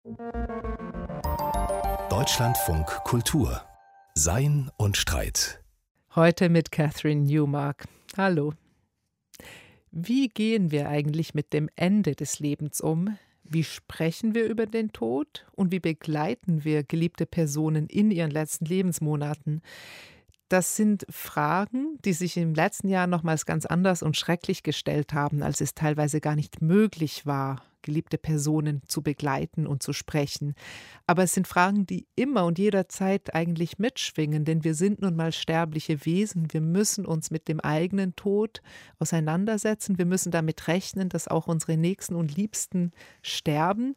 Deutschlandfunk Kultur. Sein und Streit. Heute mit Catherine Newmark. Hallo. Wie gehen wir eigentlich mit dem Ende des Lebens um? Wie sprechen wir über den Tod? Und wie begleiten wir geliebte Personen in ihren letzten Lebensmonaten? Das sind Fragen, die sich im letzten Jahr nochmals ganz anders und schrecklich gestellt haben, als es teilweise gar nicht möglich war, geliebte Personen zu begleiten und zu sprechen. Aber es sind Fragen, die immer und jederzeit eigentlich mitschwingen, denn wir sind nun mal sterbliche Wesen. Wir müssen uns mit dem eigenen Tod auseinandersetzen. Wir müssen damit rechnen, dass auch unsere Nächsten und Liebsten sterben.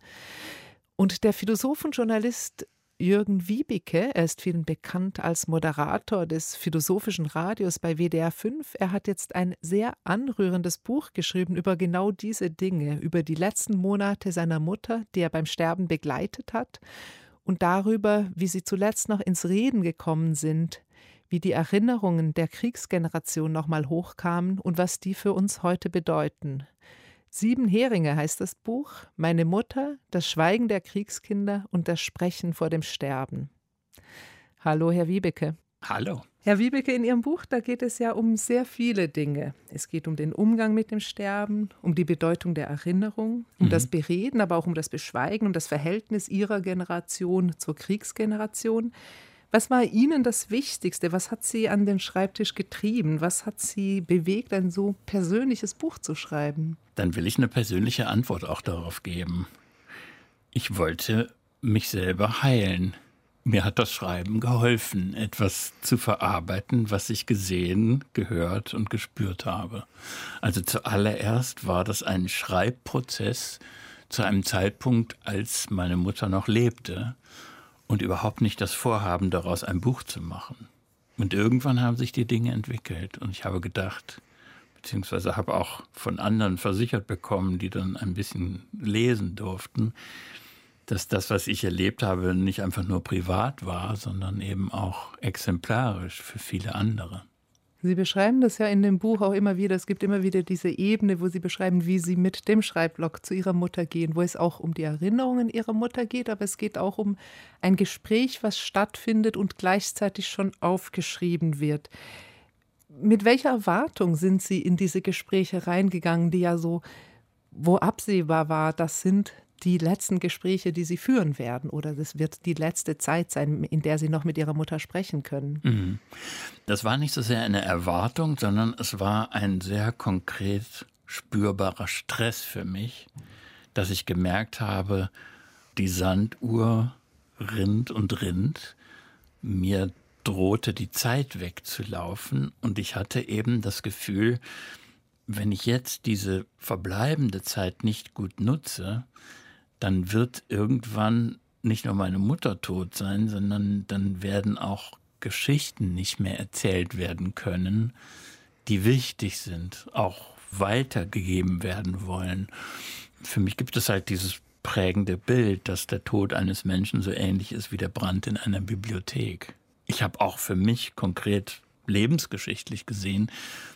Und der Philosoph und Journalist Jürgen Wiebeke, er ist vielen bekannt als Moderator des Philosophischen Radios bei WDR 5. Er hat jetzt ein sehr anrührendes Buch geschrieben über genau diese Dinge, über die letzten Monate seiner Mutter, die er beim Sterben begleitet hat, und darüber, wie sie zuletzt noch ins Reden gekommen sind, wie die Erinnerungen der Kriegsgeneration nochmal hochkamen und was die für uns heute bedeuten. 7 Heringe heißt das Buch, Meine Mutter, das Schweigen der Kriegskinder und das Sprechen vor dem Sterben. Hallo, Herr Wiebeke. Hallo. Herr Wiebeke, in Ihrem Buch, da geht es ja um sehr viele Dinge. Es geht um den Umgang mit dem Sterben, um die Bedeutung der Erinnerung, um das Bereden, aber auch um das Beschweigen, um das Verhältnis Ihrer Generation zur Kriegsgeneration. Was war Ihnen das Wichtigste? Was hat Sie an den Schreibtisch getrieben? Was hat Sie bewegt, ein so persönliches Buch zu schreiben? Dann will ich eine persönliche Antwort auch darauf geben. Ich wollte mich selber heilen. Mir hat das Schreiben geholfen, etwas zu verarbeiten, was ich gesehen, gehört und gespürt habe. Also zuallererst war das ein Schreibprozess zu einem Zeitpunkt, als meine Mutter noch lebte. Und überhaupt nicht das Vorhaben, daraus ein Buch zu machen. Und irgendwann haben sich die Dinge entwickelt. Und ich habe gedacht, beziehungsweise habe auch von anderen versichert bekommen, die dann ein bisschen lesen durften, dass das, was ich erlebt habe, nicht einfach nur privat war, sondern eben auch exemplarisch für viele andere. Sie beschreiben das ja in dem Buch auch immer wieder. Es gibt immer wieder diese Ebene, wo Sie beschreiben, wie Sie mit dem Schreibblock zu Ihrer Mutter gehen, wo es auch um die Erinnerungen Ihrer Mutter geht, aber es geht auch um ein Gespräch, was stattfindet und gleichzeitig schon aufgeschrieben wird. Mit welcher Erwartung sind Sie in diese Gespräche reingegangen, die ja so, wo absehbar war, das sind die letzten Gespräche, die Sie führen werden, oder das wird die letzte Zeit sein, in der Sie noch mit Ihrer Mutter sprechen können? Das war nicht so sehr eine Erwartung, sondern es war ein sehr konkret spürbarer Stress für mich, dass ich gemerkt habe, die Sanduhr rinnt und rinnt. Mir drohte die Zeit wegzulaufen und ich hatte eben das Gefühl, wenn ich jetzt diese verbleibende Zeit nicht gut nutze, dann wird irgendwann nicht nur meine Mutter tot sein, sondern dann werden auch Geschichten nicht mehr erzählt werden können, die wichtig sind, auch weitergegeben werden wollen. Für mich gibt es halt dieses prägende Bild, dass der Tod eines Menschen so ähnlich ist wie der Brand in einer Bibliothek. Ich habe auch für mich konkret lebensgeschichtlich gesehen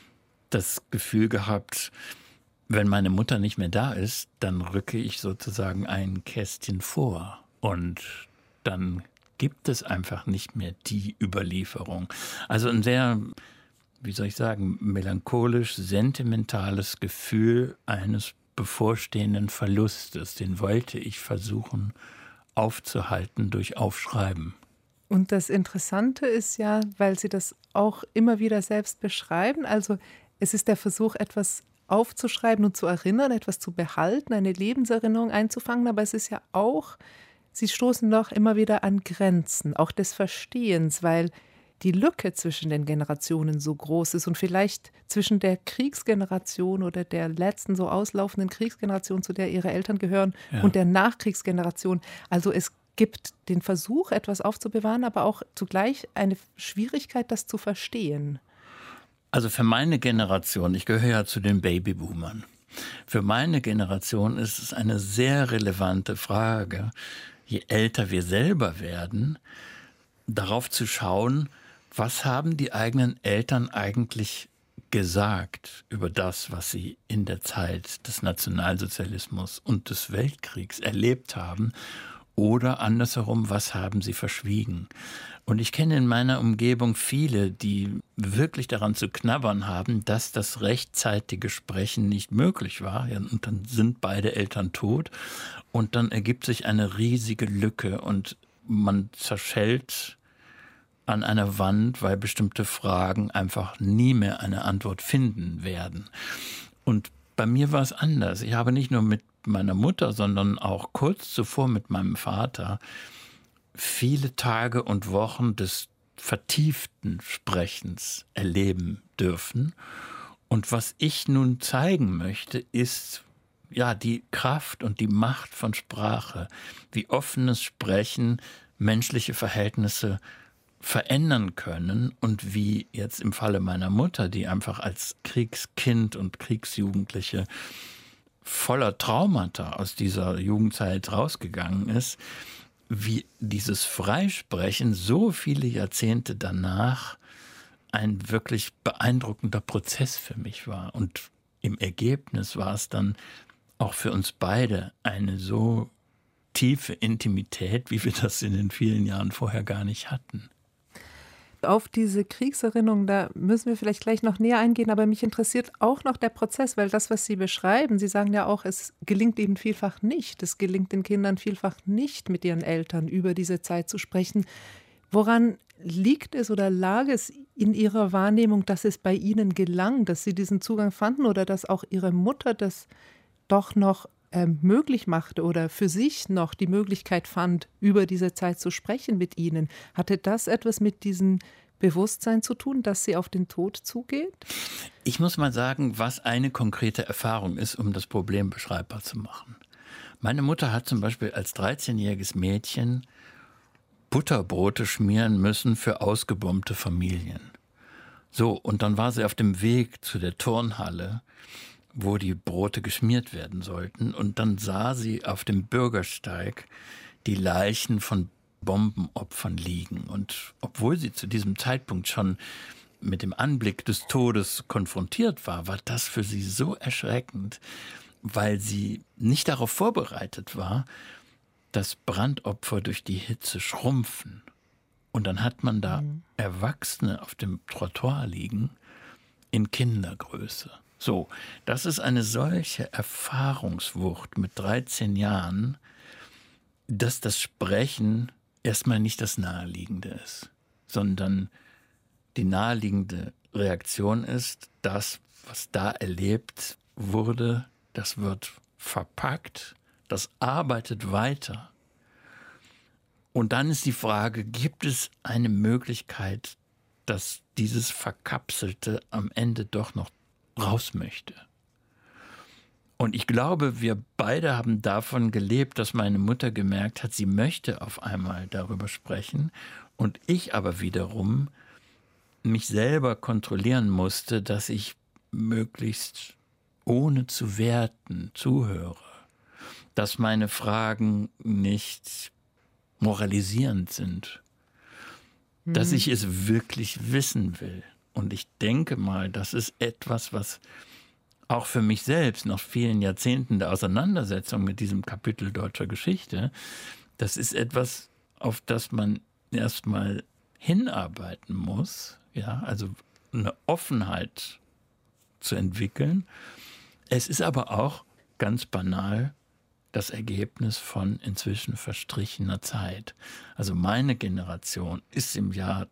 das Gefühl gehabt, wenn meine Mutter nicht mehr da ist, dann rücke ich sozusagen ein Kästchen vor und dann gibt es einfach nicht mehr die Überlieferung. Also ein sehr, wie soll ich sagen, melancholisch, sentimentales Gefühl eines bevorstehenden Verlustes, den wollte ich versuchen aufzuhalten durch Aufschreiben. Und das Interessante ist ja, weil Sie das auch immer wieder selbst beschreiben, also es ist der Versuch, etwas aufzuschreiben und zu erinnern, etwas zu behalten, eine Lebenserinnerung einzufangen, aber es ist ja auch, Sie stoßen doch immer wieder an Grenzen, auch des Verstehens, weil die Lücke zwischen den Generationen so groß ist und vielleicht zwischen der Kriegsgeneration oder der letzten so auslaufenden Kriegsgeneration, zu der Ihre Eltern gehören, und der Nachkriegsgeneration. Also es gibt den Versuch, etwas aufzubewahren, aber auch zugleich eine Schwierigkeit, das zu verstehen. Also für meine Generation, ich gehöre ja zu den Babyboomern, für meine Generation ist es eine sehr relevante Frage, je älter wir selber werden, darauf zu schauen, was haben die eigenen Eltern eigentlich gesagt über das, was sie in der Zeit des Nationalsozialismus und des Weltkriegs erlebt haben Oder andersherum, was haben sie verschwiegen? Und ich kenne in meiner Umgebung viele, die wirklich daran zu knabbern haben, dass das rechtzeitige Sprechen nicht möglich war. Ja, und dann sind beide Eltern tot und dann ergibt sich eine riesige Lücke und man zerschellt an einer Wand, weil bestimmte Fragen einfach nie mehr eine Antwort finden werden. Und bei mir war es anders. Ich habe nicht nur mit meiner Mutter, sondern auch kurz zuvor mit meinem Vater viele Tage und Wochen des vertieften Sprechens erleben dürfen. Und was ich nun zeigen möchte, ist ja die Kraft und die Macht von Sprache, wie offenes Sprechen menschliche Verhältnisse verändern können und wie jetzt im Falle meiner Mutter, die einfach als Kriegskind und Kriegsjugendliche voller Traumata aus dieser Jugendzeit rausgegangen ist, wie dieses Freisprechen so viele Jahrzehnte danach ein wirklich beeindruckender Prozess für mich war. Und im Ergebnis war es dann auch für uns beide eine so tiefe Intimität, wie wir das in den vielen Jahren vorher gar nicht hatten. Auf diese Kriegserinnerung, da müssen wir vielleicht gleich noch näher eingehen, aber mich interessiert auch noch der Prozess, weil das, was Sie beschreiben, Sie sagen ja auch, es gelingt eben vielfach nicht. Es gelingt den Kindern vielfach nicht, mit ihren Eltern über diese Zeit zu sprechen. Woran liegt es oder lag es in Ihrer Wahrnehmung, dass es bei Ihnen gelang, dass Sie diesen Zugang fanden oder dass auch Ihre Mutter das doch noch möglich machte oder für sich noch die Möglichkeit fand, über diese Zeit zu sprechen mit Ihnen? Hatte das etwas mit diesem Bewusstsein zu tun, dass sie auf den Tod zugeht? Ich muss mal sagen, was eine konkrete Erfahrung ist, um das Problem beschreibbar zu machen. Meine Mutter hat zum Beispiel als 13-jähriges Mädchen Butterbrote schmieren müssen für ausgebombte Familien. So, und dann war sie auf dem Weg zu der Turnhalle, wo die Brote geschmiert werden sollten. Und dann sah sie auf dem Bürgersteig die Leichen von Bombenopfern liegen. Und obwohl sie zu diesem Zeitpunkt schon mit dem Anblick des Todes konfrontiert war, war das für sie so erschreckend, weil sie nicht darauf vorbereitet war, dass Brandopfer durch die Hitze schrumpfen. Und dann hat man da Erwachsene auf dem Trottoir liegen in Kindergröße. So, das ist eine solche Erfahrungswucht mit 13 Jahren, dass das Sprechen erstmal nicht das Naheliegende ist, sondern die naheliegende Reaktion ist, das, was da erlebt wurde, das wird verpackt, das arbeitet weiter. Und dann ist die Frage, gibt es eine Möglichkeit, dass dieses Verkapselte am Ende doch noch raus möchte? Und ich glaube, wir beide haben davon gelebt, dass meine Mutter gemerkt hat, sie möchte auf einmal darüber sprechen und ich aber wiederum mich selber kontrollieren musste, dass ich möglichst ohne zu werten zuhöre, dass meine Fragen nicht moralisierend sind, dass ich es wirklich wissen will. Und ich denke mal, das ist etwas, was auch für mich selbst nach vielen Jahrzehnten der Auseinandersetzung mit diesem Kapitel deutscher Geschichte, das ist etwas, auf das man erstmal hinarbeiten muss, ja, also eine Offenheit zu entwickeln. Es ist aber auch ganz banal das Ergebnis von inzwischen verstrichener Zeit. Also meine Generation ist im Jahr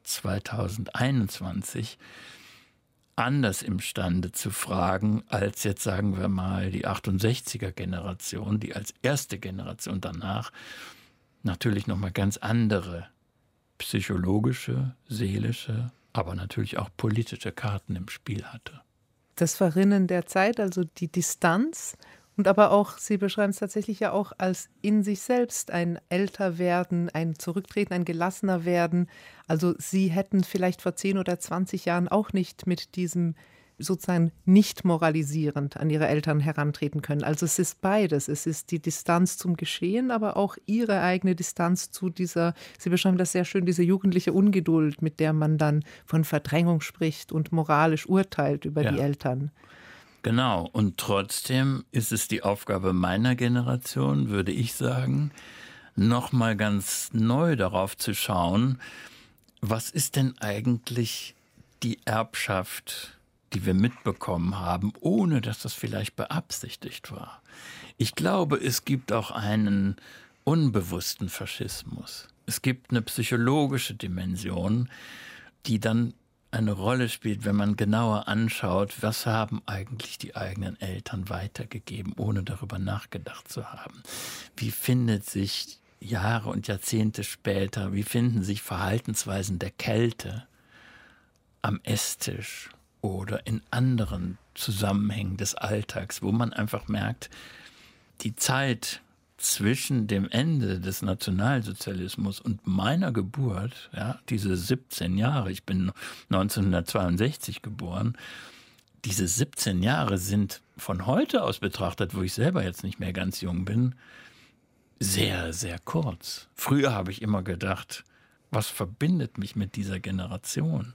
2021 anders imstande zu fragen, als jetzt sagen wir mal die 68er-Generation, die als erste Generation danach natürlich nochmal ganz andere psychologische, seelische, aber natürlich auch politische Karten im Spiel hatte. Das Verrinnen der Zeit, also die Distanz und aber auch, Sie beschreiben es tatsächlich ja auch als in sich selbst ein Älterwerden, ein Zurücktreten, ein gelassener Werden. Also Sie hätten vielleicht vor 10 oder 20 Jahren auch nicht mit diesem sozusagen nicht moralisierend an Ihre Eltern herantreten können. Also es ist beides. Es ist die Distanz zum Geschehen, aber auch Ihre eigene Distanz zu dieser, Sie beschreiben das sehr schön, diese jugendliche Ungeduld, mit der man dann von Verdrängung spricht und moralisch urteilt über die Eltern. Genau, und trotzdem ist es die Aufgabe meiner Generation, würde ich sagen, nochmal ganz neu darauf zu schauen, was ist denn eigentlich die Erbschaft, die wir mitbekommen haben, ohne dass das vielleicht beabsichtigt war. Ich glaube, es gibt auch einen unbewussten Faschismus. Es gibt eine psychologische Dimension, die dann eine Rolle spielt, wenn man genauer anschaut, was haben eigentlich die eigenen Eltern weitergegeben, ohne darüber nachgedacht zu haben. Wie findet sich Jahre und Jahrzehnte später, wie finden sich Verhaltensweisen der Kälte am Esstisch oder in anderen Zusammenhängen des Alltags, wo man einfach merkt, die Zeit zwischen dem Ende des Nationalsozialismus und meiner Geburt, ja, diese 17 Jahre, ich bin 1962 geboren, diese 17 Jahre sind von heute aus betrachtet, wo ich selber jetzt nicht mehr ganz jung bin, sehr, sehr kurz. Früher habe ich immer gedacht, was verbindet mich mit dieser Generation?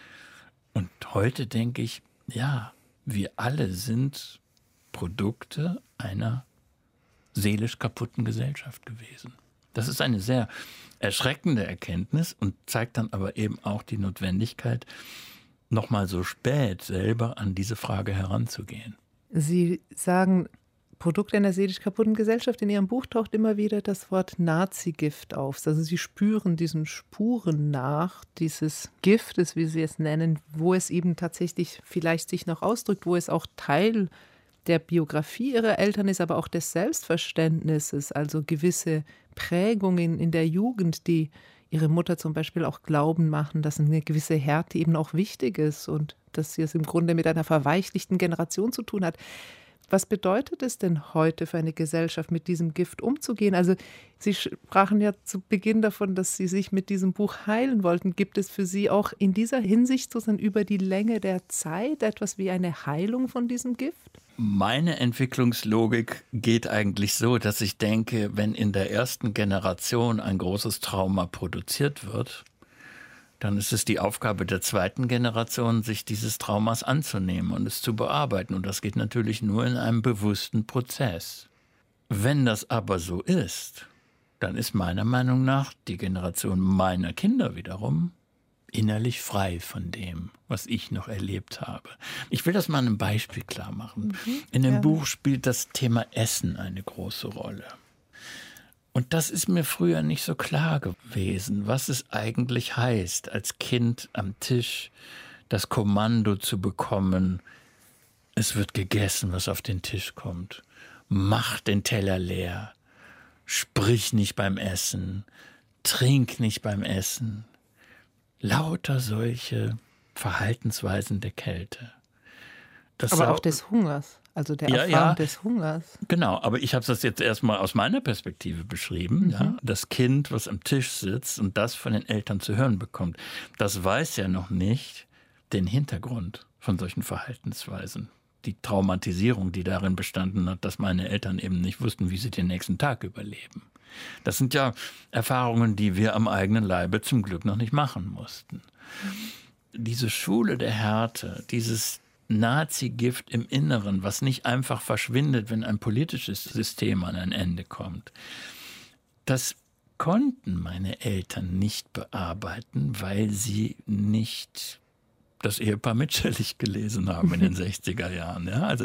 Und heute denke ich, ja, wir alle sind Produkte einer seelisch kaputten Gesellschaft gewesen. Das ist eine sehr erschreckende Erkenntnis und zeigt dann aber eben auch die Notwendigkeit, nochmal so spät selber an diese Frage heranzugehen. Sie sagen, Produkt einer seelisch kaputten Gesellschaft. In Ihrem Buch taucht immer wieder das Wort Nazi-Gift auf. Also Sie spüren diesen Spuren nach, dieses Giftes, wie Sie es nennen, wo es eben tatsächlich vielleicht sich noch ausdrückt, wo es auch Teil der Biografie Ihrer Eltern ist, aber auch des Selbstverständnisses, also gewisse Prägungen in der Jugend, die Ihre Mutter zum Beispiel auch glauben machen, dass eine gewisse Härte eben auch wichtig ist und dass sie es im Grunde mit einer verweichlichten Generation zu tun hat. Was bedeutet es denn heute für eine Gesellschaft, mit diesem Gift umzugehen? Also Sie sprachen ja zu Beginn davon, dass Sie sich mit diesem Buch heilen wollten. Gibt es für Sie auch in dieser Hinsicht sozusagen über die Länge der Zeit etwas wie eine Heilung von diesem Gift? Meine Entwicklungslogik geht eigentlich so, dass ich denke, wenn in der ersten Generation ein großes Trauma produziert wird, dann ist es die Aufgabe der zweiten Generation, sich dieses Traumas anzunehmen und es zu bearbeiten. Und das geht natürlich nur in einem bewussten Prozess. Wenn das aber so ist, dann ist meiner Meinung nach die Generation meiner Kinder wiederum innerlich frei von dem, was ich noch erlebt habe. Ich will das mal an einem Beispiel klar machen. In dem Buch spielt das Thema Essen eine große Rolle. Und das ist mir früher nicht so klar gewesen, was es eigentlich heißt, als Kind am Tisch das Kommando zu bekommen, es wird gegessen, was auf den Tisch kommt. Mach den Teller leer, sprich nicht beim Essen, trink nicht beim Essen. Lauter solche Verhaltensweisen der Kälte. Aber auch des Hungers. Also der Erfahrung des Hungers. Genau, aber ich habe das jetzt erstmal aus meiner Perspektive beschrieben. Ja? Das Kind, was am Tisch sitzt und das von den Eltern zu hören bekommt, das weiß ja noch nicht den Hintergrund von solchen Verhaltensweisen. Die Traumatisierung, die darin bestanden hat, dass meine Eltern eben nicht wussten, wie sie den nächsten Tag überleben. Das sind ja Erfahrungen, die wir am eigenen Leibe zum Glück noch nicht machen mussten. Diese Schule der Härte, dieses Nazi-Gift im Inneren, was nicht einfach verschwindet, wenn ein politisches System an ein Ende kommt. Das konnten meine Eltern nicht bearbeiten, weil sie nicht das Ehepaar Mitscherlich gelesen haben in den 60er Jahren. Ja, also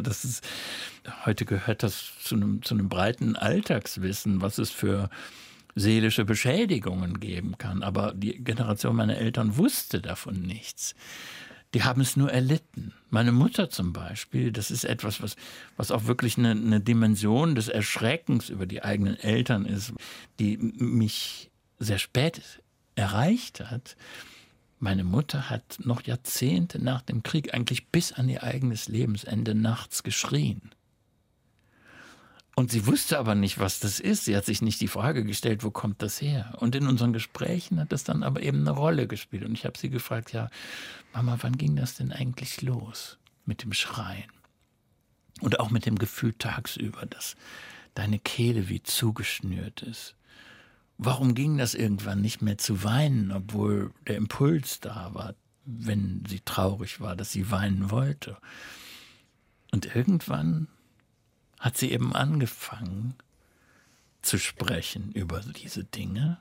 heute gehört das zu einem breiten Alltagswissen, was es für seelische Beschädigungen geben kann. Aber die Generation meiner Eltern wusste davon nichts. Die haben es nur erlitten. Meine Mutter zum Beispiel, das ist etwas, was auch wirklich eine Dimension des Erschreckens über die eigenen Eltern ist, die mich sehr spät erreicht hat. Meine Mutter hat noch Jahrzehnte nach dem Krieg, eigentlich bis an ihr eigenes Lebensende, nachts geschrien. Und sie wusste aber nicht, was das ist. Sie hat sich nicht die Frage gestellt, wo kommt das her? Und in unseren Gesprächen hat das dann aber eben eine Rolle gespielt. Und ich habe sie gefragt, ja, Mama, wann ging das denn eigentlich los mit dem Schreien? Und auch mit dem Gefühl tagsüber, dass deine Kehle wie zugeschnürt ist. Warum ging das irgendwann nicht mehr zu weinen, obwohl der Impuls da war, wenn sie traurig war, dass sie weinen wollte? Und irgendwann hat sie eben angefangen zu sprechen über diese Dinge.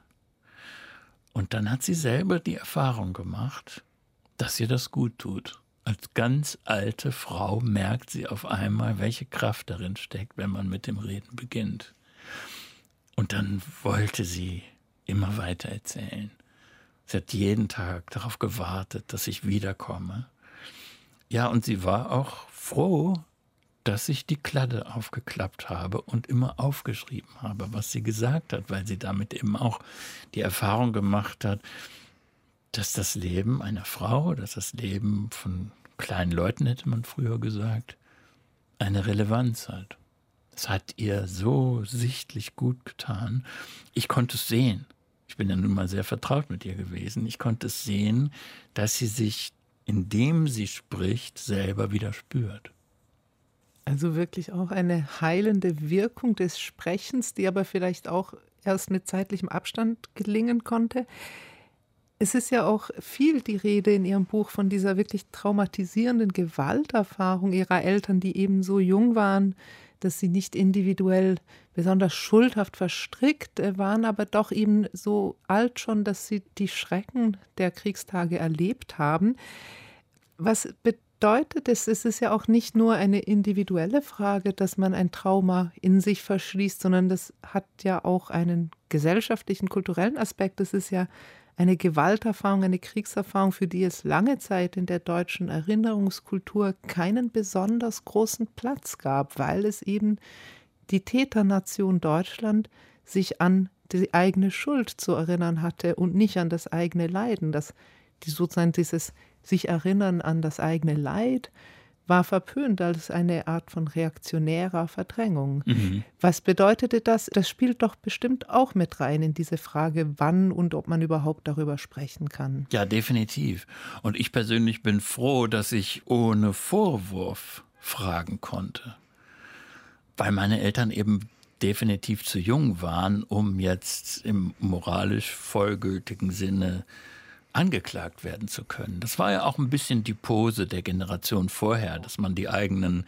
Und dann hat sie selber die Erfahrung gemacht, dass ihr das gut tut. Als ganz alte Frau merkt sie auf einmal, welche Kraft darin steckt, wenn man mit dem Reden beginnt. Und dann wollte sie immer weiter erzählen. Sie hat jeden Tag darauf gewartet, dass ich wiederkomme. Ja, und sie war auch froh, dass ich die Kladde aufgeklappt habe und immer aufgeschrieben habe, was sie gesagt hat, weil sie damit eben auch die Erfahrung gemacht hat, dass das Leben einer Frau, dass das Leben von kleinen Leuten, hätte man früher gesagt, eine Relevanz hat. Es hat ihr so sichtlich gut getan. Ich konnte es sehen. Ich bin ja nun mal sehr vertraut mit ihr gewesen. Ich konnte es sehen, dass sie sich, indem sie spricht, selber wieder spürt. Also wirklich auch eine heilende Wirkung des Sprechens, die aber vielleicht auch erst mit zeitlichem Abstand gelingen konnte. Es ist ja auch viel die Rede in Ihrem Buch von dieser wirklich traumatisierenden Gewalterfahrung Ihrer Eltern, die eben so jung waren, dass sie nicht individuell besonders schuldhaft verstrickt waren, aber doch eben so alt schon, dass sie die Schrecken der Kriegstage erlebt haben. Was bedeutet es? Es ist ja auch nicht nur eine individuelle Frage, dass man ein Trauma in sich verschließt, sondern das hat ja auch einen gesellschaftlichen, kulturellen Aspekt. Das ist ja eine Gewalterfahrung, eine Kriegserfahrung, für die es lange Zeit in der deutschen Erinnerungskultur keinen besonders großen Platz gab, weil es eben die Täternation Deutschland sich an die eigene Schuld zu erinnern hatte und nicht an das eigene Leiden. Sozusagen dieses sich erinnern an das eigene Leid war verpönt als eine Art von reaktionärer Verdrängung. Mhm. Was bedeutete das? Das spielt doch bestimmt auch mit rein in diese Frage, wann und ob man überhaupt darüber sprechen kann. Ja, definitiv. Und ich persönlich bin froh, dass ich ohne Vorwurf fragen konnte. Weil meine Eltern eben definitiv zu jung waren, um jetzt im moralisch vollgültigen Sinne angeklagt werden zu können. Das war ja auch ein bisschen die Pose der Generation vorher, dass man die eigenen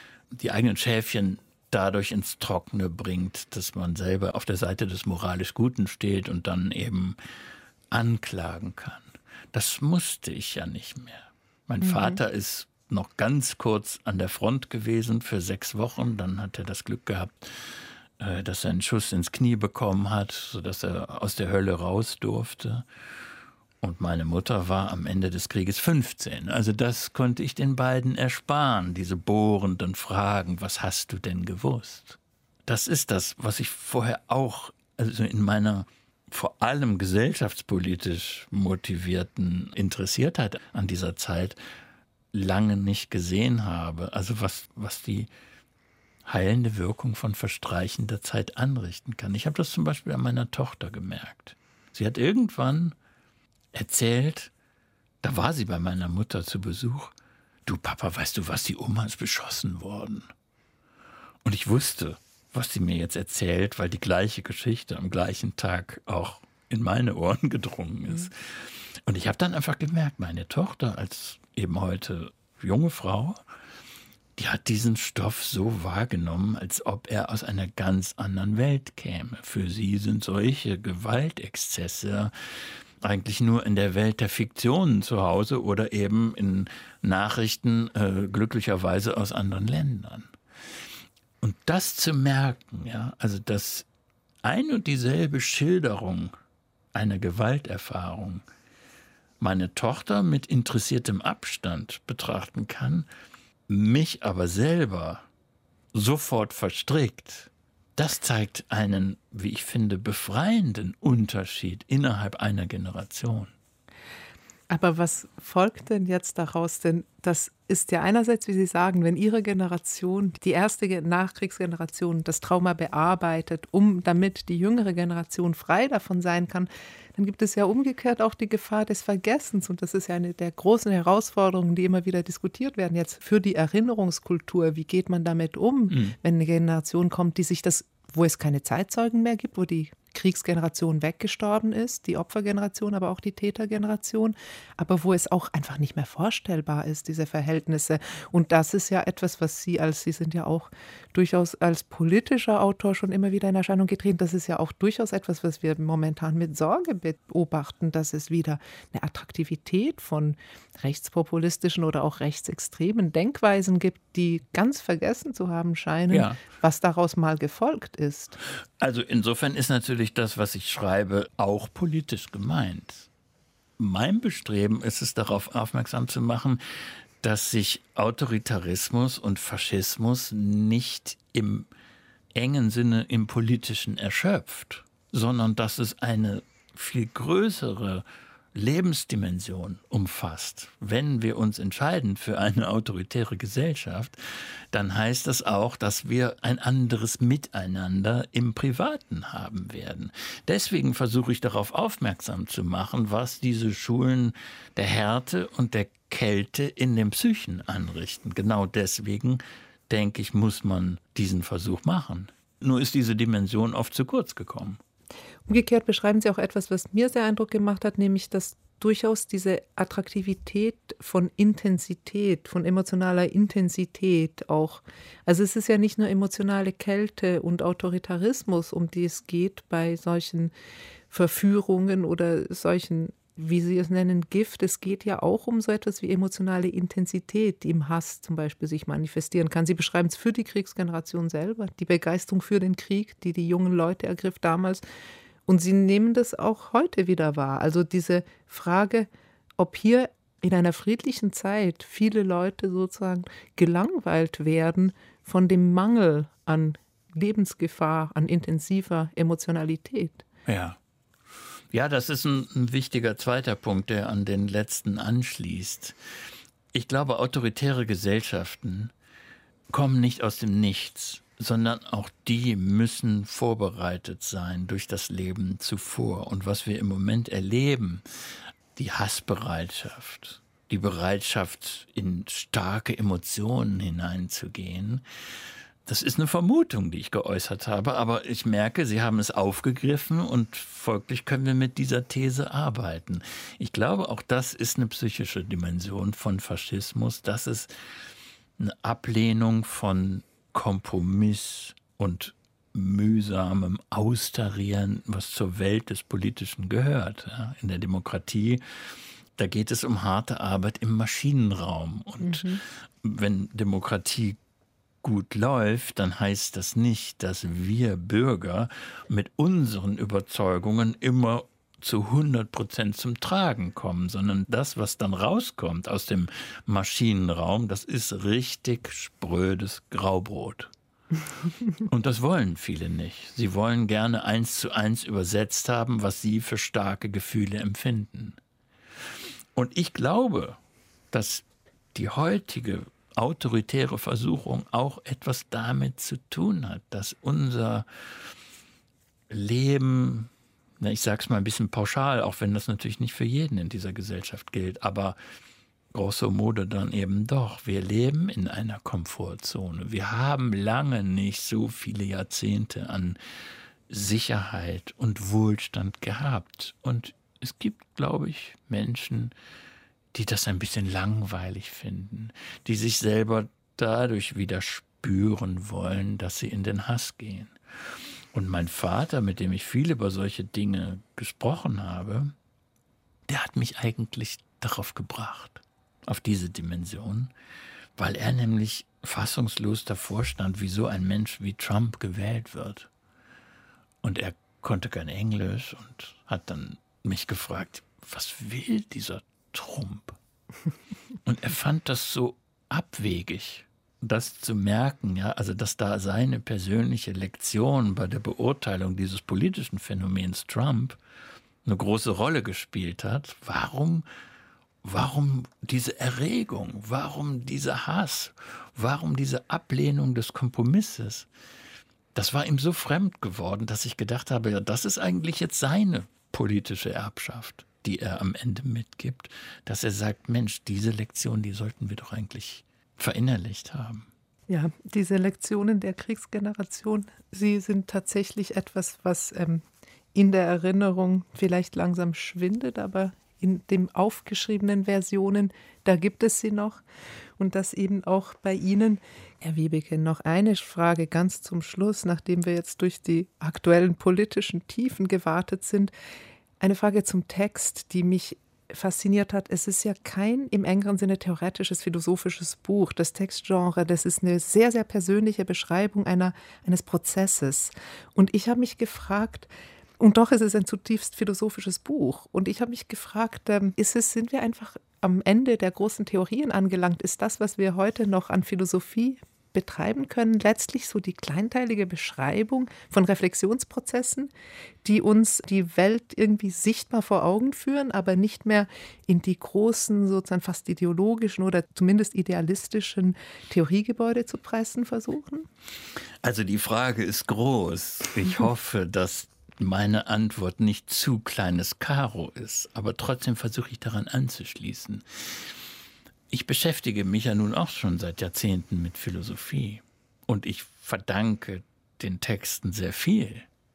Schäfchen dadurch ins Trockene bringt, dass man selber auf der Seite des moralisch Guten steht und dann eben anklagen kann. Das musste ich ja nicht mehr. Mein Vater ist noch ganz kurz an der Front gewesen für 6 Wochen. Dann hat er das Glück gehabt, dass er einen Schuss ins Knie bekommen hat, sodass er aus der Hölle raus durfte. Und meine Mutter war am Ende des Krieges 15. Also das konnte ich den beiden ersparen, diese bohrenden Fragen. Was hast du denn gewusst? Das ist das, was ich vorher auch, also in meiner vor allem gesellschaftspolitisch motivierten Interessiertheit an dieser Zeit lange nicht gesehen habe. Also was die heilende Wirkung von verstreichender Zeit anrichten kann. Ich habe das zum Beispiel an meiner Tochter gemerkt. Sie hat irgendwann erzählt, da war sie bei meiner Mutter zu Besuch. Du Papa, weißt du was, die Oma ist beschossen worden. Und ich wusste, was sie mir jetzt erzählt, weil die gleiche Geschichte am gleichen Tag auch in meine Ohren gedrungen ist. Und ich habe dann einfach gemerkt, meine Tochter als eben heute junge Frau, die hat diesen Stoff so wahrgenommen, als ob er aus einer ganz anderen Welt käme. Für sie sind solche Gewaltexzesse eigentlich nur in der Welt der Fiktionen zu Hause oder eben in Nachrichten glücklicherweise aus anderen Ländern. Und das zu merken, ja, also dass ein und dieselbe Schilderung einer Gewalterfahrung meine Tochter mit interessiertem Abstand betrachten kann, mich aber selber sofort verstrickt, das zeigt einen, wie ich finde, befreienden Unterschied innerhalb einer Generation. Aber was folgt denn jetzt daraus? Denn das ist ja einerseits, wie Sie sagen, wenn Ihre Generation, die erste Nachkriegsgeneration, das Trauma bearbeitet, damit die jüngere Generation frei davon sein kann, dann gibt es ja umgekehrt auch die Gefahr des Vergessens. Und das ist ja eine der großen Herausforderungen, die immer wieder diskutiert werden jetzt für die Erinnerungskultur. Wie geht man damit um, wenn eine Generation kommt, die sich das, wo es keine Zeitzeugen mehr gibt, wo die Kriegsgeneration weggestorben ist, die Opfergeneration, aber auch die Tätergeneration, aber wo es auch einfach nicht mehr vorstellbar ist, diese Verhältnisse. Und das ist ja etwas, was Sie sind ja auch durchaus als politischer Autor schon immer wieder in Erscheinung getreten. Das ist ja auch durchaus etwas, was wir momentan mit Sorge beobachten, dass es wieder eine Attraktivität von rechtspopulistischen oder auch rechtsextremen Denkweisen gibt, die ganz vergessen zu haben scheinen, was daraus mal gefolgt ist. Also insofern ist natürlich das, was ich schreibe, auch politisch gemeint. Mein Bestreben ist es, darauf aufmerksam zu machen, dass sich Autoritarismus und Faschismus nicht im engen Sinne im Politischen erschöpft, sondern dass es eine viel größere Lebensdimension umfasst. Wenn wir uns entscheiden für eine autoritäre Gesellschaft, dann heißt das auch, dass wir ein anderes Miteinander im Privaten haben werden. Deswegen versuche ich darauf aufmerksam zu machen, was diese Schulen der Härte und der Kälte in den Psychen anrichten. Genau deswegen, denke ich, muss man diesen Versuch machen. Nur ist diese Dimension oft zu kurz gekommen. Umgekehrt beschreiben Sie auch etwas, was mir sehr Eindruck gemacht hat, nämlich dass durchaus diese Attraktivität von Intensität, von emotionaler Intensität auch. Also es ist ja nicht nur emotionale Kälte und Autoritarismus, um die es geht bei solchen Verführungen oder solchen, wie Sie es nennen, Gift. Es geht ja auch um so etwas wie emotionale Intensität, die im Hass zum Beispiel sich manifestieren kann. Sie beschreiben es für die Kriegsgeneration selber, die Begeisterung für den Krieg, die die jungen Leute ergriff damals. Und Sie nehmen das auch heute wieder wahr. Also diese Frage, ob hier in einer friedlichen Zeit viele Leute sozusagen gelangweilt werden von dem Mangel an Lebensgefahr, an intensiver Emotionalität. Ja, das ist ein wichtiger zweiter Punkt, der an den letzten anschließt. Ich glaube, autoritäre Gesellschaften kommen nicht aus dem Nichts, sondern auch die müssen vorbereitet sein durch das Leben zuvor. Und was wir im Moment erleben, die Hassbereitschaft, die Bereitschaft, in starke Emotionen hineinzugehen, das ist eine Vermutung, die ich geäußert habe, aber ich merke, Sie haben es aufgegriffen und folglich können wir mit dieser These arbeiten. Ich glaube, auch das ist eine psychische Dimension von Faschismus, dass es eine Ablehnung von Kompromiss und mühsamem Austarieren, was zur Welt des Politischen gehört. In der Demokratie, da geht es um harte Arbeit im Maschinenraum. Und wenn Demokratie gut läuft, dann heißt das nicht, dass wir Bürger mit unseren Überzeugungen immer zu 100% zum Tragen kommen, sondern das, was dann rauskommt aus dem Maschinenraum, das ist richtig sprödes Graubrot. Und das wollen viele nicht. Sie wollen gerne 1:1 übersetzt haben, was sie für starke Gefühle empfinden. Und ich glaube, dass die heutige autoritäre Versuchung auch etwas damit zu tun hat, dass unser Leben, ich sage es mal ein bisschen pauschal, auch wenn das natürlich nicht für jeden in dieser Gesellschaft gilt, aber grosso modo dann eben doch. Wir leben in einer Komfortzone. Wir haben lange nicht so viele Jahrzehnte an Sicherheit und Wohlstand gehabt. Und es gibt, glaube ich, Menschen, die das ein bisschen langweilig finden, die sich selber dadurch wieder spüren wollen, dass sie in den Hass gehen. Und mein Vater, mit dem ich viel über solche Dinge gesprochen habe, der hat mich eigentlich darauf gebracht, auf diese Dimension, weil er nämlich fassungslos davor stand, wieso ein Mensch wie Trump gewählt wird. Und er konnte kein Englisch und hat dann mich gefragt, was will dieser Trump? Und er fand das so abwegig, das zu merken, ja, also dass da seine persönliche Lektion bei der Beurteilung dieses politischen Phänomens Trump eine große Rolle gespielt hat. Warum diese Erregung? Warum dieser Hass? Warum diese Ablehnung des Kompromisses? Das war ihm so fremd geworden, dass ich gedacht habe, ja, das ist eigentlich jetzt seine politische Erbschaft, die er am Ende mitgibt, dass er sagt, Mensch, diese Lektion, die sollten wir doch eigentlich verinnerlicht haben. Ja, diese Lektionen der Kriegsgeneration, sie sind tatsächlich etwas, was in der Erinnerung vielleicht langsam schwindet, aber in den aufgeschriebenen Versionen, da gibt es sie noch. Und das eben auch bei Ihnen. Herr Wiebeke, noch eine Frage ganz zum Schluss, nachdem wir jetzt durch die aktuellen politischen Tiefen gewartet sind. Eine Frage zum Text, die mich fasziniert hat. Es ist ja kein im engeren Sinne theoretisches, philosophisches Buch. Das Textgenre, das ist eine sehr, sehr persönliche Beschreibung eines Prozesses. Und ich habe mich gefragt, und doch ist es ein zutiefst philosophisches Buch. Und ich habe mich gefragt, sind wir einfach am Ende der großen Theorien angelangt? Ist das, was wir heute noch an Philosophie betreiben können, letztlich so die kleinteilige Beschreibung von Reflexionsprozessen, die uns die Welt irgendwie sichtbar vor Augen führen, aber nicht mehr in die großen, sozusagen fast ideologischen oder zumindest idealistischen Theoriegebäude zu pressen versuchen? Also die Frage ist groß. Ich hoffe, dass meine Antwort nicht zu kleines Karo ist, aber trotzdem versuche ich daran anzuschließen. Ich beschäftige mich ja nun auch schon seit Jahrzehnten mit Philosophie und ich verdanke den Texten sehr viel.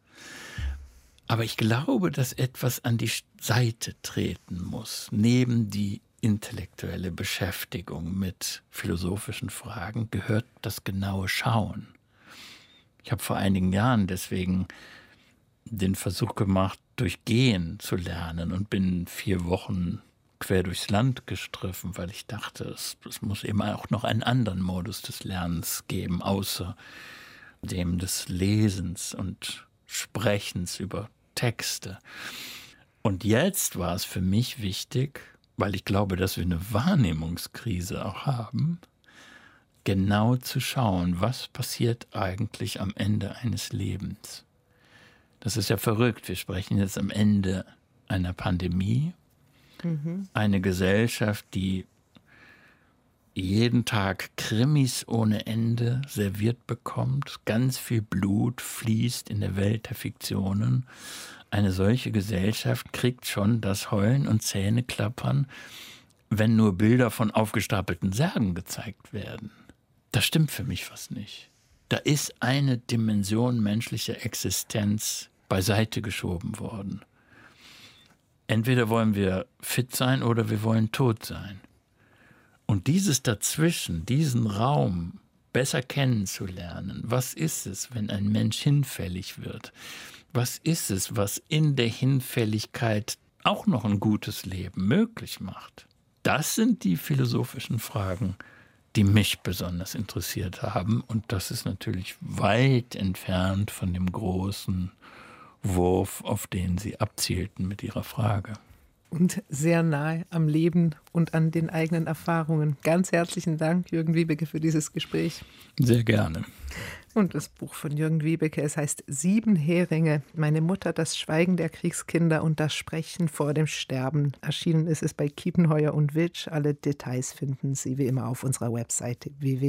Aber ich glaube, dass etwas an die Seite treten muss, neben die intellektuelle Beschäftigung mit philosophischen Fragen gehört das genaue Schauen. Ich habe vor einigen Jahren deswegen den Versuch gemacht, durch Gehen zu lernen und bin 4 Wochen quer durchs Land gestriffen, weil ich dachte, es muss eben auch noch einen anderen Modus des Lernens geben, außer dem des Lesens und Sprechens über Texte. Und jetzt war es für mich wichtig, weil ich glaube, dass wir eine Wahrnehmungskrise auch haben, genau zu schauen, was passiert eigentlich am Ende eines Lebens. Das ist ja verrückt. Wir sprechen jetzt am Ende einer Pandemie. Eine Gesellschaft, die jeden Tag Krimis ohne Ende serviert bekommt. Ganz viel Blut fließt in der Welt der Fiktionen. Eine solche Gesellschaft kriegt schon das Heulen und Zähneklappern, wenn nur Bilder von aufgestapelten Särgen gezeigt werden. Das stimmt für mich fast nicht. Da ist eine Dimension menschlicher Existenz beiseite geschoben worden. Entweder wollen wir fit sein oder wir wollen tot sein. Und dieses Dazwischen, diesen Raum besser kennenzulernen, was ist es, wenn ein Mensch hinfällig wird? Was ist es, was in der Hinfälligkeit auch noch ein gutes Leben möglich macht? Das sind die philosophischen Fragen, die mich besonders interessiert haben. Und das ist natürlich weit entfernt von dem großen Wurf, auf den Sie abzielten mit Ihrer Frage. Und sehr nahe am Leben und an den eigenen Erfahrungen. Ganz herzlichen Dank, Jürgen Wiebeke, für dieses Gespräch. Sehr gerne. Und das Buch von Jürgen Wiebeke, es heißt 7 Heringe, meine Mutter, das Schweigen der Kriegskinder und das Sprechen vor dem Sterben. Erschienen ist es bei Kiepenheuer und Witsch. Alle Details finden Sie wie immer auf unserer Webseite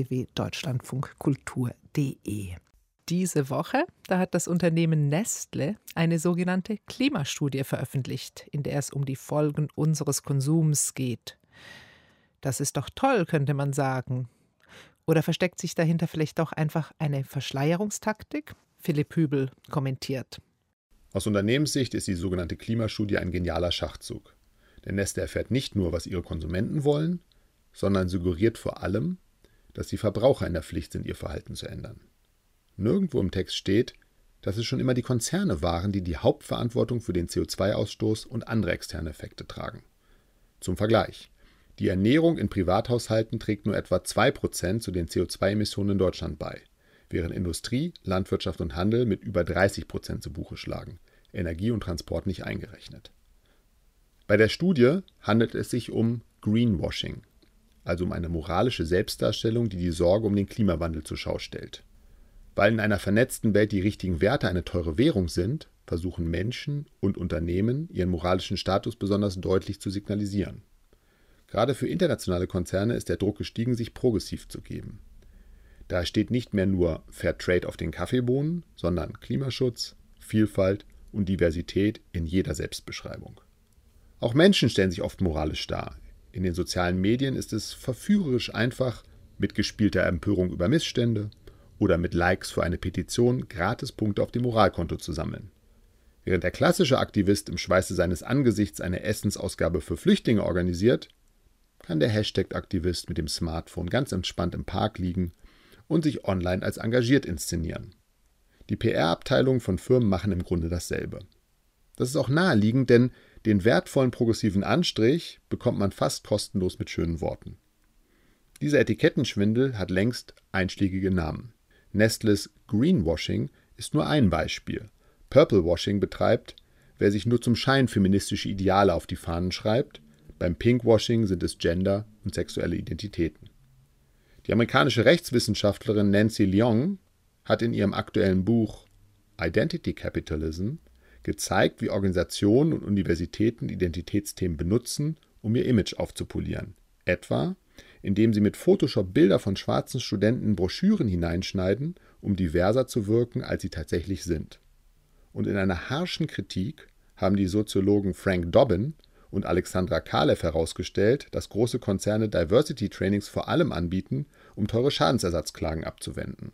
www.deutschlandfunkkultur.de. Diese Woche, da hat das Unternehmen Nestle eine sogenannte Klimastudie veröffentlicht, in der es um die Folgen unseres Konsums geht. Das ist doch toll, könnte man sagen. Oder versteckt sich dahinter vielleicht doch einfach eine Verschleierungstaktik? Philipp Hübel kommentiert. Aus Unternehmenssicht ist die sogenannte Klimastudie ein genialer Schachzug. Denn Nestle erfährt nicht nur, was ihre Konsumenten wollen, sondern suggeriert vor allem, dass die Verbraucher in der Pflicht sind, ihr Verhalten zu ändern. Nirgendwo im Text steht, dass es schon immer die Konzerne waren, die die Hauptverantwortung für den CO2-Ausstoß und andere externe Effekte tragen. Zum Vergleich: Die Ernährung in Privathaushalten trägt nur etwa 2% zu den CO2-Emissionen in Deutschland bei, während Industrie, Landwirtschaft und Handel mit über 30% zu Buche schlagen, Energie und Transport nicht eingerechnet. Bei der Studie handelt es sich um Greenwashing, also um eine moralische Selbstdarstellung, die die Sorge um den Klimawandel zur Schau stellt. Weil in einer vernetzten Welt die richtigen Werte eine teure Währung sind, versuchen Menschen und Unternehmen, ihren moralischen Status besonders deutlich zu signalisieren. Gerade für internationale Konzerne ist der Druck gestiegen, sich progressiv zu geben. Da steht nicht mehr nur Fairtrade auf den Kaffeebohnen, sondern Klimaschutz, Vielfalt und Diversität in jeder Selbstbeschreibung. Auch Menschen stellen sich oft moralisch dar. In den sozialen Medien ist es verführerisch einfach, mit gespielter Empörung über Missstände oder mit Likes für eine Petition Gratispunkte auf dem Moralkonto zu sammeln. Während der klassische Aktivist im Schweiße seines Angesichts eine Essensausgabe für Flüchtlinge organisiert, kann der Hashtag-Aktivist mit dem Smartphone ganz entspannt im Park liegen und sich online als engagiert inszenieren. Die PR-Abteilungen von Firmen machen im Grunde dasselbe. Das ist auch naheliegend, denn den wertvollen progressiven Anstrich bekommt man fast kostenlos mit schönen Worten. Dieser Etikettenschwindel hat längst einschlägige Namen. Nestles Greenwashing ist nur ein Beispiel. Purplewashing betreibt, wer sich nur zum Schein feministische Ideale auf die Fahnen schreibt. Beim Pinkwashing sind es Gender und sexuelle Identitäten. Die amerikanische Rechtswissenschaftlerin Nancy Leong hat in ihrem aktuellen Buch Identity Capitalism gezeigt, wie Organisationen und Universitäten Identitätsthemen benutzen, um ihr Image aufzupolieren. Etwa, indem sie mit Photoshop Bilder von schwarzen Studenten in Broschüren hineinschneiden, um diverser zu wirken, als sie tatsächlich sind. Und in einer harschen Kritik haben die Soziologen Frank Dobbin und Alexandra Kalev herausgestellt, dass große Konzerne Diversity-Trainings vor allem anbieten, um teure Schadensersatzklagen abzuwenden.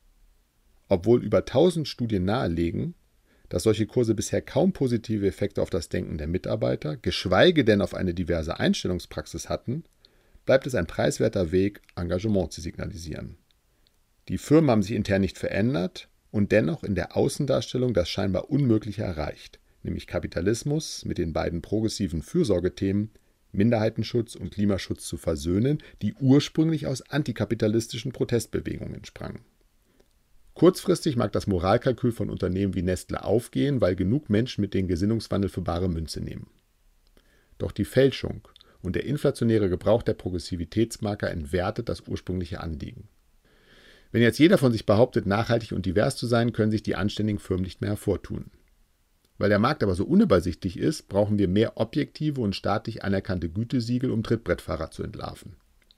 Obwohl über 1000 Studien nahelegen, dass solche Kurse bisher kaum positive Effekte auf das Denken der Mitarbeiter, geschweige denn auf eine diverse Einstellungspraxis hatten, bleibt es ein preiswerter Weg, Engagement zu signalisieren. Die Firmen haben sich intern nicht verändert und dennoch in der Außendarstellung das scheinbar Unmögliche erreicht, nämlich Kapitalismus mit den beiden progressiven Fürsorgethemen Minderheitenschutz und Klimaschutz zu versöhnen, die ursprünglich aus antikapitalistischen Protestbewegungen entsprangen. Kurzfristig mag das Moralkalkül von Unternehmen wie Nestle aufgehen, weil genug Menschen mit dem Gesinnungswandel für bare Münze nehmen. Doch die Fälschung und der inflationäre Gebrauch der Progressivitätsmarker entwertet das ursprüngliche Anliegen. Wenn jetzt jeder von sich behauptet, nachhaltig und divers zu sein, können sich die anständigen Firmen nicht mehr hervortun. Weil der Markt aber so unübersichtlich ist, brauchen wir mehr objektive und staatlich anerkannte Gütesiegel, um Trittbrettfahrer zu entlarven.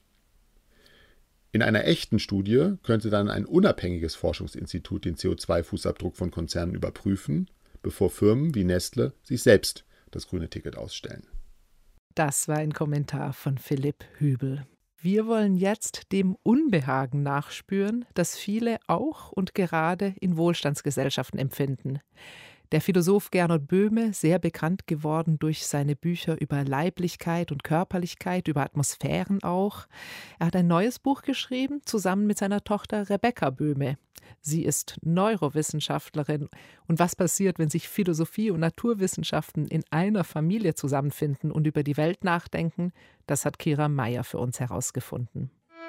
In einer echten Studie könnte dann ein unabhängiges Forschungsinstitut den CO2-Fußabdruck von Konzernen überprüfen, bevor Firmen wie Nestle sich selbst das grüne Ticket ausstellen. Das war ein Kommentar von Philipp Hübel. Wir wollen jetzt dem Unbehagen nachspüren, das viele auch und gerade in Wohlstandsgesellschaften empfinden. Der Philosoph Gernot Böhme, sehr bekannt geworden durch seine Bücher über Leiblichkeit und Körperlichkeit, über Atmosphären auch. Er hat ein neues Buch geschrieben, zusammen mit seiner Tochter Rebecca Böhme. Sie ist Neurowissenschaftlerin. Und was passiert, wenn sich Philosophie und Naturwissenschaften in einer Familie zusammenfinden und über die Welt nachdenken? Das hat Kira Meyer für uns herausgefunden.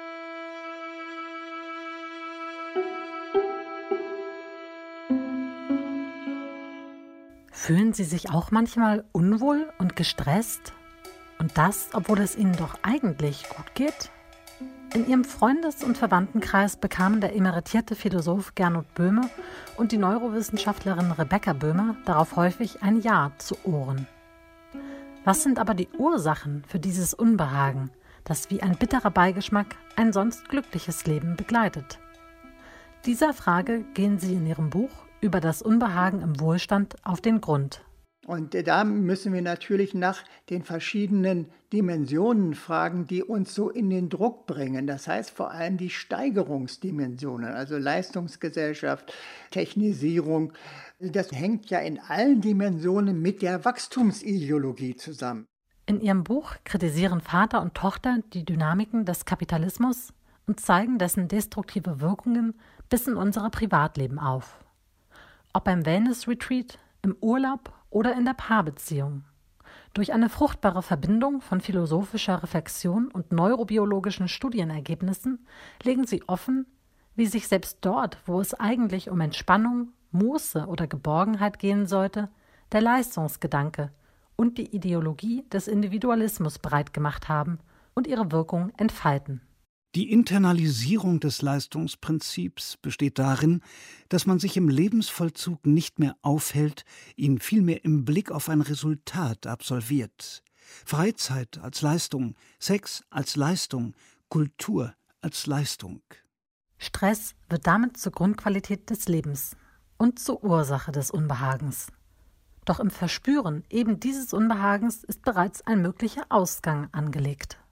Fühlen Sie sich auch manchmal unwohl und gestresst? Und das, obwohl es Ihnen doch eigentlich gut geht? In Ihrem Freundes- und Verwandtenkreis bekamen der emeritierte Philosoph Gernot Böhme und die Neurowissenschaftlerin Rebecca Böhme darauf häufig ein Ja zu Ohren. Was sind aber die Ursachen für dieses Unbehagen, das wie ein bitterer Beigeschmack ein sonst glückliches Leben begleitet? Dieser Frage gehen Sie in Ihrem Buch über das Unbehagen im Wohlstand auf den Grund. Und da müssen wir natürlich nach den verschiedenen Dimensionen fragen, die uns so in den Druck bringen. Das heißt vor allem die Steigerungsdimensionen, also Leistungsgesellschaft, Technisierung. Das hängt ja in allen Dimensionen mit der Wachstumsideologie zusammen. In ihrem Buch kritisieren Vater und Tochter die Dynamiken des Kapitalismus und zeigen dessen destruktive Wirkungen bis in unser Privatleben auf. Ob beim Wellness-Retreat, im Urlaub oder in der Paarbeziehung. Durch eine fruchtbare Verbindung von philosophischer Reflexion und neurobiologischen Studienergebnissen legen sie offen, wie sich selbst dort, wo es eigentlich um Entspannung, Muße oder Geborgenheit gehen sollte, der Leistungsgedanke und die Ideologie des Individualismus breit gemacht haben und ihre Wirkung entfalten. Die Internalisierung des Leistungsprinzips besteht darin, dass man sich im Lebensvollzug nicht mehr aufhält, ihn vielmehr im Blick auf ein Resultat absolviert. Freizeit als Leistung, Sex als Leistung, Kultur als Leistung. Stress wird damit zur Grundqualität des Lebens und zur Ursache des Unbehagens. Doch im Verspüren eben dieses Unbehagens ist bereits ein möglicher Ausgang angelegt.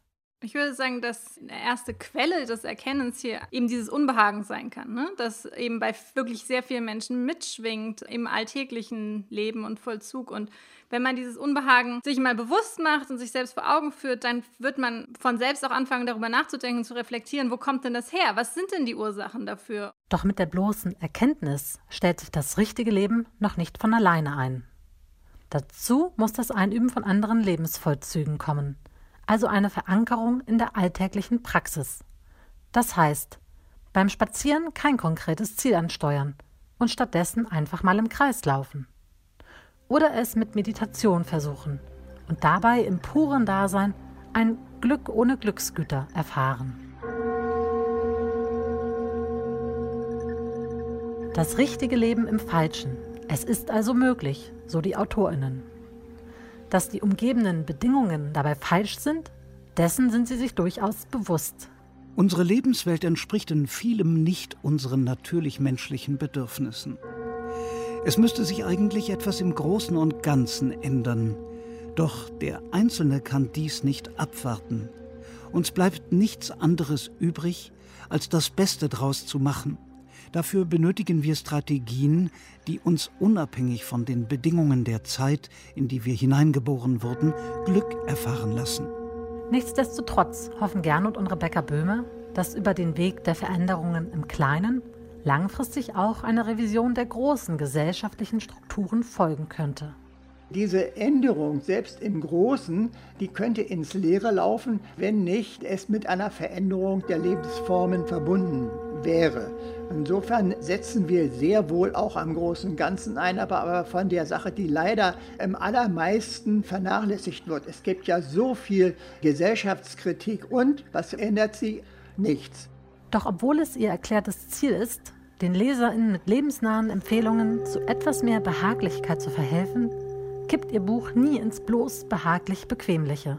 Ich würde sagen, dass eine erste Quelle des Erkennens hier eben dieses Unbehagen sein kann, ne? Das eben bei wirklich sehr vielen Menschen mitschwingt im alltäglichen Leben und Vollzug. Und wenn man dieses Unbehagen sich mal bewusst macht und sich selbst vor Augen führt, dann wird man von selbst auch anfangen, darüber nachzudenken, zu reflektieren, wo kommt denn das her? Was sind denn die Ursachen dafür? Doch mit der bloßen Erkenntnis stellt sich das richtige Leben noch nicht von alleine ein. Dazu muss das Einüben von anderen Lebensvollzügen kommen. Also eine Verankerung in der alltäglichen Praxis. Das heißt, beim Spazieren kein konkretes Ziel ansteuern und stattdessen einfach mal im Kreis laufen. Oder es mit Meditation versuchen und dabei im puren Dasein ein Glück ohne Glücksgüter erfahren. Das richtige Leben im Falschen. Es ist also möglich, so die AutorInnen. Dass die umgebenden Bedingungen dabei falsch sind, dessen sind sie sich durchaus bewusst. Unsere Lebenswelt entspricht in vielem nicht unseren natürlich menschlichen Bedürfnissen. Es müsste sich eigentlich etwas im Großen und Ganzen ändern. Doch der Einzelne kann dies nicht abwarten. Uns bleibt nichts anderes übrig, als das Beste draus zu machen. Dafür benötigen wir Strategien, die uns unabhängig von den Bedingungen der Zeit, in die wir hineingeboren wurden, Glück erfahren lassen. Nichtsdestotrotz hoffen Gernot und Rebecca Böhme, dass über den Weg der Veränderungen im Kleinen langfristig auch eine Revision der großen gesellschaftlichen Strukturen folgen könnte. Diese Änderung, selbst im Großen, die könnte ins Leere laufen, wenn nicht es mit einer Veränderung der Lebensformen verbunden wäre. Insofern setzen wir sehr wohl auch am Großen und Ganzen ein, aber von der Sache, die leider am allermeisten vernachlässigt wird. Es gibt ja so viel Gesellschaftskritik und, was ändert sie? Nichts. Doch obwohl es ihr erklärtes Ziel ist, den LeserInnen mit lebensnahen Empfehlungen zu etwas mehr Behaglichkeit zu verhelfen, kippt ihr Buch nie ins bloß behaglich Bequemliche.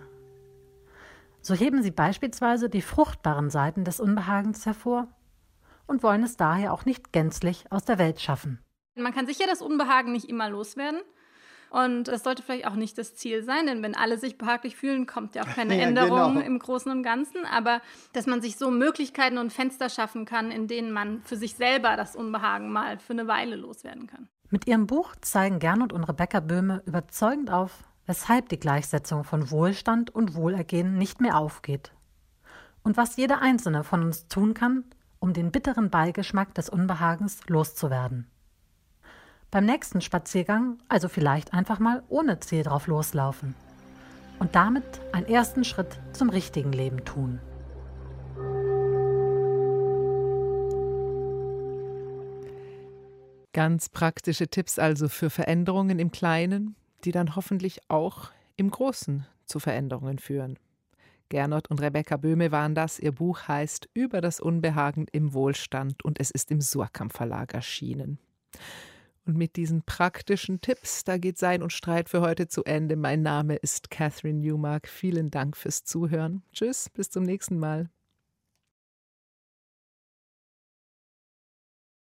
So heben sie beispielsweise die fruchtbaren Seiten des Unbehagens hervor und wollen es daher auch nicht gänzlich aus der Welt schaffen. Man kann sicher das Unbehagen nicht immer loswerden. Und das sollte vielleicht auch nicht das Ziel sein, denn wenn alle sich behaglich fühlen, kommt ja auch keine Änderung im Großen und Ganzen. Aber dass man sich so Möglichkeiten und Fenster schaffen kann, in denen man für sich selber das Unbehagen mal für eine Weile loswerden kann. Mit ihrem Buch zeigen Gernot und Rebecca Böhme überzeugend auf, weshalb die Gleichsetzung von Wohlstand und Wohlergehen nicht mehr aufgeht. Und was jeder Einzelne von uns tun kann, um den bitteren Beigeschmack des Unbehagens loszuwerden. Beim nächsten Spaziergang also vielleicht einfach mal ohne Ziel drauf loslaufen und damit einen ersten Schritt zum richtigen Leben tun. Ganz praktische Tipps also für Veränderungen im Kleinen, die dann hoffentlich auch im Großen zu Veränderungen führen. Gernot und Rebecca Böhme waren das. Ihr Buch heißt »Über das Unbehagen im Wohlstand« und es ist im Suhrkamp Verlag erschienen. Und mit diesen praktischen Tipps, da geht Sein und Streit für heute zu Ende. Mein Name ist Catherine Newmark. Vielen Dank fürs Zuhören. Tschüss, bis zum nächsten Mal.